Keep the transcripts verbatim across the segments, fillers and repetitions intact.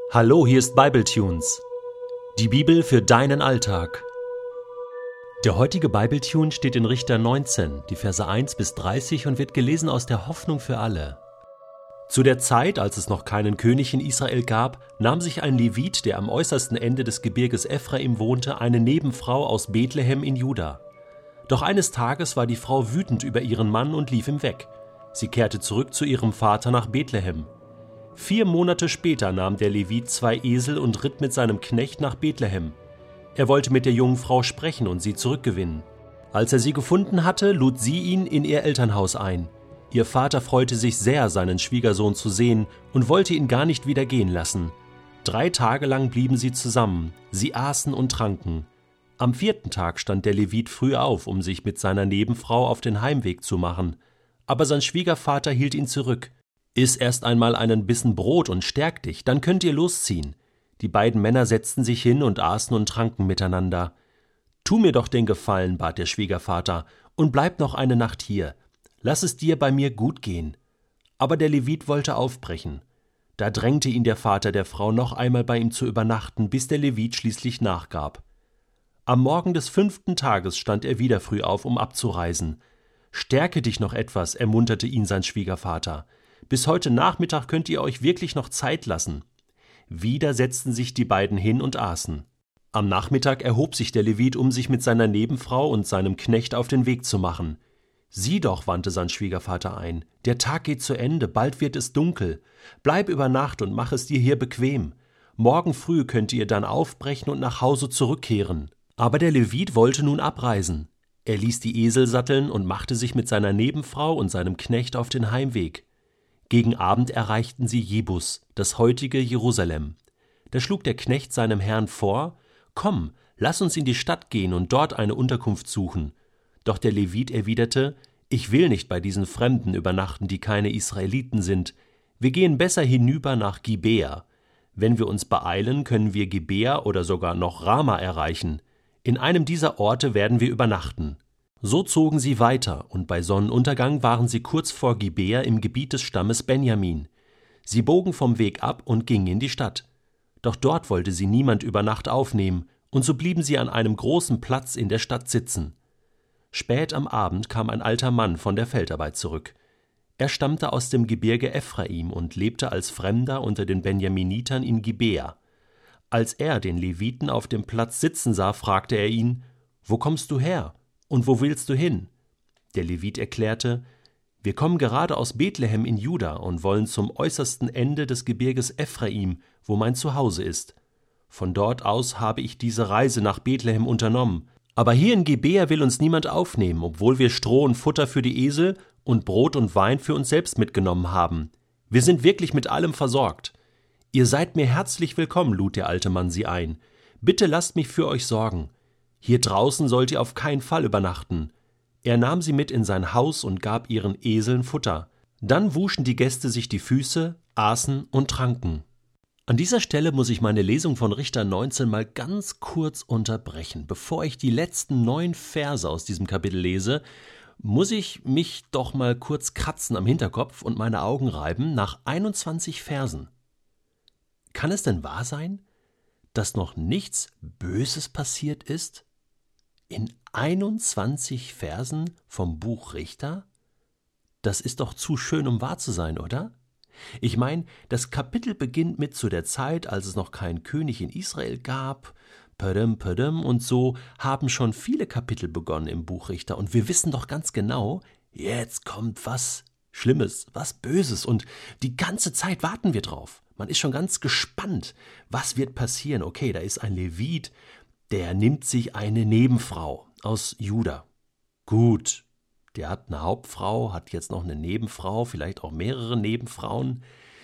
Hallo, hier ist Bibletunes, die Bibel für deinen Alltag. Der heutige Bibletune steht in Richter neunzehn, die Verse eins bis dreißig und wird gelesen aus der Hoffnung für alle. Zu der Zeit, als es noch keinen König in Israel gab, nahm sich ein Levit, der am äußersten Ende des Gebirges Ephraim wohnte, eine Nebenfrau aus Bethlehem in Juda. Doch eines Tages war die Frau wütend über ihren Mann und lief ihm weg. Sie kehrte zurück zu ihrem Vater nach Bethlehem. Vier Monate später nahm der Levit zwei Esel und ritt mit seinem Knecht nach Bethlehem. Er wollte mit der jungen Frau sprechen und sie zurückgewinnen. Als er sie gefunden hatte, lud sie ihn in ihr Elternhaus ein. Ihr Vater freute sich sehr, seinen Schwiegersohn zu sehen und wollte ihn gar nicht wieder gehen lassen. Drei Tage lang blieben sie zusammen, sie aßen und tranken. Am vierten Tag stand der Levit früh auf, um sich mit seiner Nebenfrau auf den Heimweg zu machen. Aber sein Schwiegervater hielt ihn zurück. Iss erst einmal einen Bissen Brot und stärk dich, dann könnt ihr losziehen. Die beiden Männer setzten sich hin und aßen und tranken miteinander. Tu mir doch den Gefallen, bat der Schwiegervater, und bleib noch eine Nacht hier. Lass es dir bei mir gut gehen. Aber der Levit wollte aufbrechen. Da drängte ihn der Vater der Frau, noch einmal bei ihm zu übernachten, bis der Levit schließlich nachgab. Am Morgen des fünften Tages stand er wieder früh auf, um abzureisen. Stärke dich noch etwas, ermunterte ihn sein Schwiegervater. Bis heute Nachmittag könnt ihr euch wirklich noch Zeit lassen. Wieder setzten sich die beiden hin und aßen. Am Nachmittag erhob sich der Levit, um sich mit seiner Nebenfrau und seinem Knecht auf den Weg zu machen. Sieh doch, wandte sein Schwiegervater ein, der Tag geht zu Ende, bald wird es dunkel. Bleib über Nacht und mach es dir hier bequem. Morgen früh könnt ihr dann aufbrechen und nach Hause zurückkehren. Aber der Levit wollte nun abreisen. Er ließ die Esel satteln und machte sich mit seiner Nebenfrau und seinem Knecht auf den Heimweg. Gegen Abend erreichten sie Jebus, das heutige Jerusalem. Da schlug der Knecht seinem Herrn vor: Komm, lass uns in die Stadt gehen und dort eine Unterkunft suchen. Doch der Levit erwiderte: Ich will nicht bei diesen Fremden übernachten, die keine Israeliten sind. Wir gehen besser hinüber nach Gibea. Wenn wir uns beeilen, können wir Gibea oder sogar noch Rama erreichen. In einem dieser Orte werden wir übernachten. So zogen sie weiter, und bei Sonnenuntergang waren sie kurz vor Gibea im Gebiet des Stammes Benjamin. Sie bogen vom Weg ab und gingen in die Stadt. Doch dort wollte sie niemand über Nacht aufnehmen, und so blieben sie an einem großen Platz in der Stadt sitzen. Spät am Abend kam ein alter Mann von der Feldarbeit zurück. Er stammte aus dem Gebirge Ephraim und lebte als Fremder unter den Benjaminitern in Gibea. Als er den Leviten auf dem Platz sitzen sah, fragte er ihn: Wo kommst du her? Und wo willst du hin? Der Levit erklärte: Wir kommen gerade aus Bethlehem in Juda und wollen zum äußersten Ende des Gebirges Ephraim, wo mein Zuhause ist. Von dort aus habe ich diese Reise nach Bethlehem unternommen. Aber hier in Gibea will uns niemand aufnehmen, obwohl wir Stroh und Futter für die Esel und Brot und Wein für uns selbst mitgenommen haben. Wir sind wirklich mit allem versorgt. Ihr seid mir herzlich willkommen, lud der alte Mann sie ein. Bitte lasst mich für euch sorgen. Hier draußen sollt ihr auf keinen Fall übernachten. Er nahm sie mit in sein Haus und gab ihren Eseln Futter. Dann wuschen die Gäste sich die Füße, aßen und tranken. An dieser Stelle muss ich meine Lesung von Richter neunzehn mal ganz kurz unterbrechen. Bevor ich die letzten neun Verse aus diesem Kapitel lese, muss ich mich doch mal kurz kratzen am Hinterkopf und meine Augen reiben nach einundzwanzig Versen. Kann es denn wahr sein, dass noch nichts Böses passiert ist? In einundzwanzig Versen vom Buch Richter? Das ist doch zu schön, um wahr zu sein, oder? Ich meine, das Kapitel beginnt mit zu der Zeit, als es noch keinen König in Israel gab, pödem, pödem, und so haben schon viele Kapitel begonnen im Buch Richter. Und wir wissen doch ganz genau, jetzt kommt was Schlimmes, was Böses, und die ganze Zeit warten wir drauf. Man ist schon ganz gespannt, was wird passieren. Okay, da ist ein Levit, der nimmt sich eine Nebenfrau aus Juda. Gut, der hat eine Hauptfrau, hat jetzt noch eine Nebenfrau, vielleicht auch mehrere Nebenfrauen.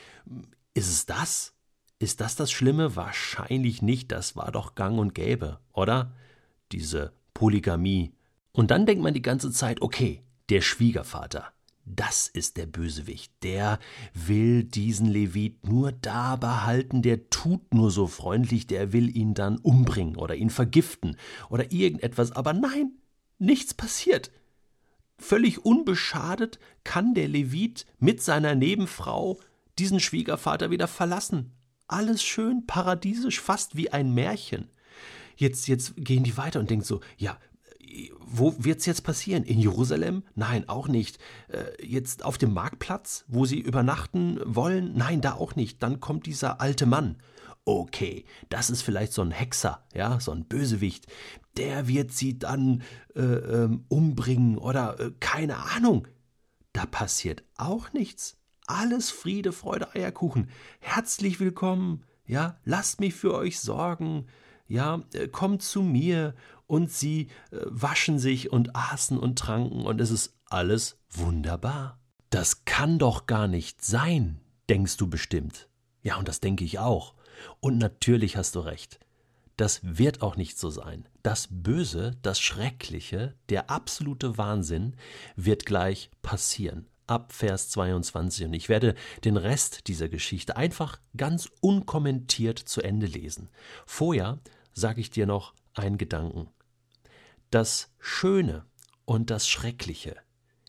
Ist es das? Ist das das Schlimme? Wahrscheinlich nicht, das war doch gang und gäbe, oder? Diese Polygamie. Und dann denkt man die ganze Zeit, okay, der Schwiegervater, das ist der Bösewicht, der will diesen Levit nur da behalten, der tut nur so freundlich, der will ihn dann umbringen oder ihn vergiften oder irgendetwas, aber nein, nichts passiert. Völlig unbeschadet kann der Levit mit seiner Nebenfrau diesen Schwiegervater wieder verlassen. Alles schön paradiesisch, fast wie ein Märchen. Jetzt, jetzt gehen die weiter und denken so, ja, wo wird's jetzt passieren? In Jerusalem? Nein, auch nicht. Äh, jetzt auf dem Marktplatz, wo sie übernachten wollen? Nein, da auch nicht. Dann kommt dieser alte Mann. Okay, das ist vielleicht so ein Hexer, ja, so ein Bösewicht. Der wird sie dann äh, ähm, umbringen oder äh, keine Ahnung. Da passiert auch nichts. Alles Friede, Freude, Eierkuchen. Herzlich willkommen. Ja, lasst mich für euch sorgen. Ja, äh, kommt zu mir. Und sie äh, waschen sich und aßen und tranken und es ist alles wunderbar. Das kann doch gar nicht sein, denkst du bestimmt. Ja, und das denke ich auch. Und natürlich hast du recht. Das wird auch nicht so sein. Das Böse, das Schreckliche, der absolute Wahnsinn wird gleich passieren. Ab Vers zweiundzwanzig. Und ich werde den Rest dieser Geschichte einfach ganz unkommentiert zu Ende lesen. Vorher sage ich dir noch einen Gedanken. Das Schöne und das Schreckliche,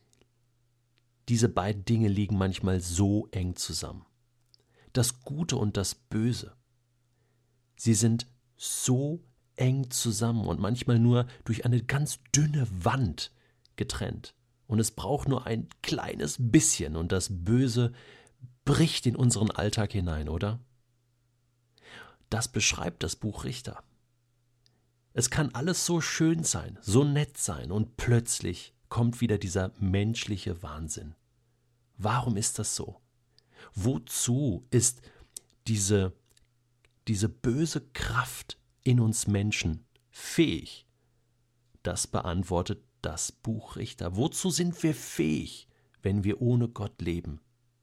diese beiden Dinge liegen manchmal so eng zusammen. Das Gute und das Böse, sie sind so eng zusammen und manchmal nur durch eine ganz dünne Wand getrennt. Und es braucht nur ein kleines bisschen und das Böse bricht in unseren Alltag hinein, oder? Das beschreibt das Buch Richter. Es kann alles so schön sein, so nett sein und plötzlich kommt wieder dieser menschliche Wahnsinn. Warum ist das so? Wozu ist diese, diese böse Kraft in uns Menschen fähig? Das beantwortet das Buch Richter. Wozu sind wir fähig, wenn wir ohne Gott leben?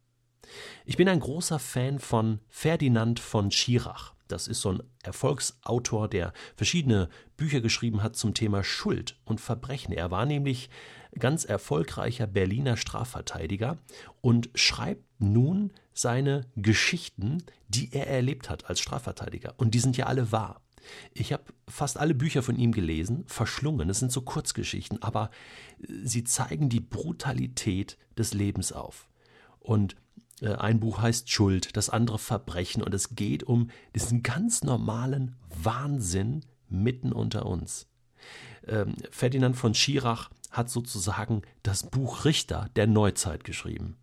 Ich bin ein großer Fan von Ferdinand von Schirach. Das ist so ein Erfolgsautor, der verschiedene Bücher geschrieben hat zum Thema Schuld und Verbrechen. Er war nämlich ganz erfolgreicher Berliner Strafverteidiger und schreibt nun seine Geschichten, die er erlebt hat als Strafverteidiger. Und die sind ja alle wahr. Ich habe fast alle Bücher von ihm gelesen, verschlungen. Es sind so Kurzgeschichten, aber sie zeigen die Brutalität des Lebens auf. Und ein Buch heißt Schuld, das andere Verbrechen und es geht um diesen ganz normalen Wahnsinn mitten unter uns. Ähm, Ferdinand von Schirach hat sozusagen das Buch Richter der Neuzeit geschrieben.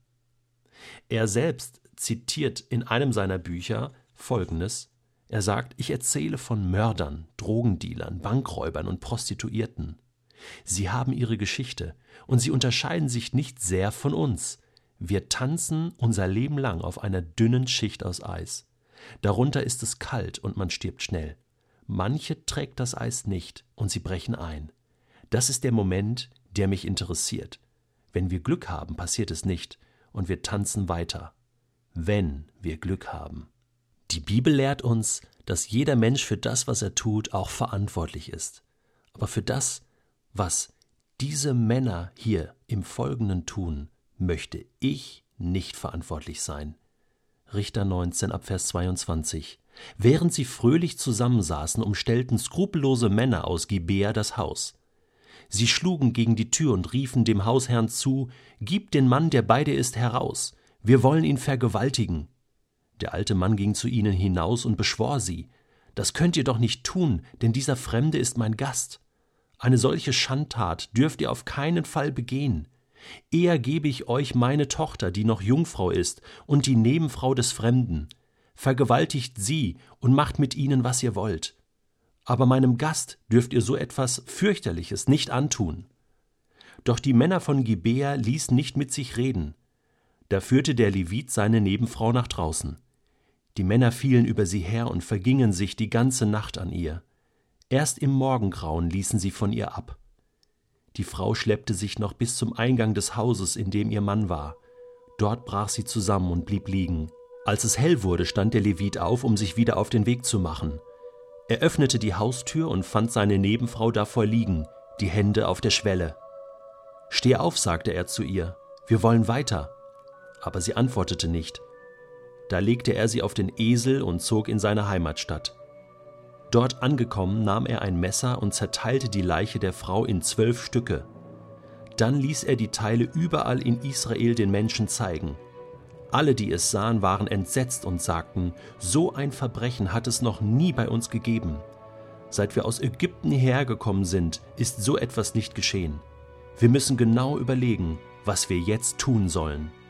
Er selbst zitiert in einem seiner Bücher Folgendes. Er sagt, ich erzähle von Mördern, Drogendealern, Bankräubern und Prostituierten. Sie haben ihre Geschichte und sie unterscheiden sich nicht sehr von uns. Wir tanzen unser Leben lang auf einer dünnen Schicht aus Eis. Darunter ist es kalt und man stirbt schnell. Manche trägt das Eis nicht und sie brechen ein. Das ist der Moment, der mich interessiert. Wenn wir Glück haben, passiert es nicht und wir tanzen weiter. Wenn wir Glück haben. Die Bibel lehrt uns, dass jeder Mensch für das, was er tut, auch verantwortlich ist. Aber für das, was diese Männer hier im Folgenden tun, möchte ich nicht verantwortlich sein. Richter neunzehn ab Vers zweiundzwanzig. Während sie fröhlich zusammensaßen, umstellten skrupellose Männer aus Gibea das Haus. Sie schlugen gegen die Tür und riefen dem Hausherrn zu, »Gib den Mann, der bei dir ist, heraus. Wir wollen ihn vergewaltigen.« Der alte Mann ging zu ihnen hinaus und beschwor sie, »Das könnt ihr doch nicht tun, denn dieser Fremde ist mein Gast. Eine solche Schandtat dürft ihr auf keinen Fall begehen. Eher gebe ich euch meine Tochter, die noch Jungfrau ist, und die Nebenfrau des Fremden. Vergewaltigt sie und macht mit ihnen, was ihr wollt. Aber meinem Gast dürft ihr so etwas Fürchterliches nicht antun.« Doch die Männer von Gibea ließen nicht mit sich reden. Da führte der Levit seine Nebenfrau nach draußen. Die Männer fielen über sie her und vergingen sich die ganze Nacht an ihr. Erst im Morgengrauen ließen sie von ihr ab. Die Frau schleppte sich noch bis zum Eingang des Hauses, in dem ihr Mann war. Dort brach sie zusammen und blieb liegen. Als es hell wurde, stand der Levit auf, um sich wieder auf den Weg zu machen. Er öffnete die Haustür und fand seine Nebenfrau davor liegen, die Hände auf der Schwelle. »Steh auf«, sagte er zu ihr, »wir wollen weiter.« Aber sie antwortete nicht. Da legte er sie auf den Esel und zog in seine Heimatstadt. Dort angekommen, nahm er ein Messer und zerteilte die Leiche der Frau in zwölf Stücke. Dann ließ er die Teile überall in Israel den Menschen zeigen. Alle, die es sahen, waren entsetzt und sagten, so ein Verbrechen hat es noch nie bei uns gegeben. Seit wir aus Ägypten hergekommen sind, ist so etwas nicht geschehen. Wir müssen genau überlegen, was wir jetzt tun sollen.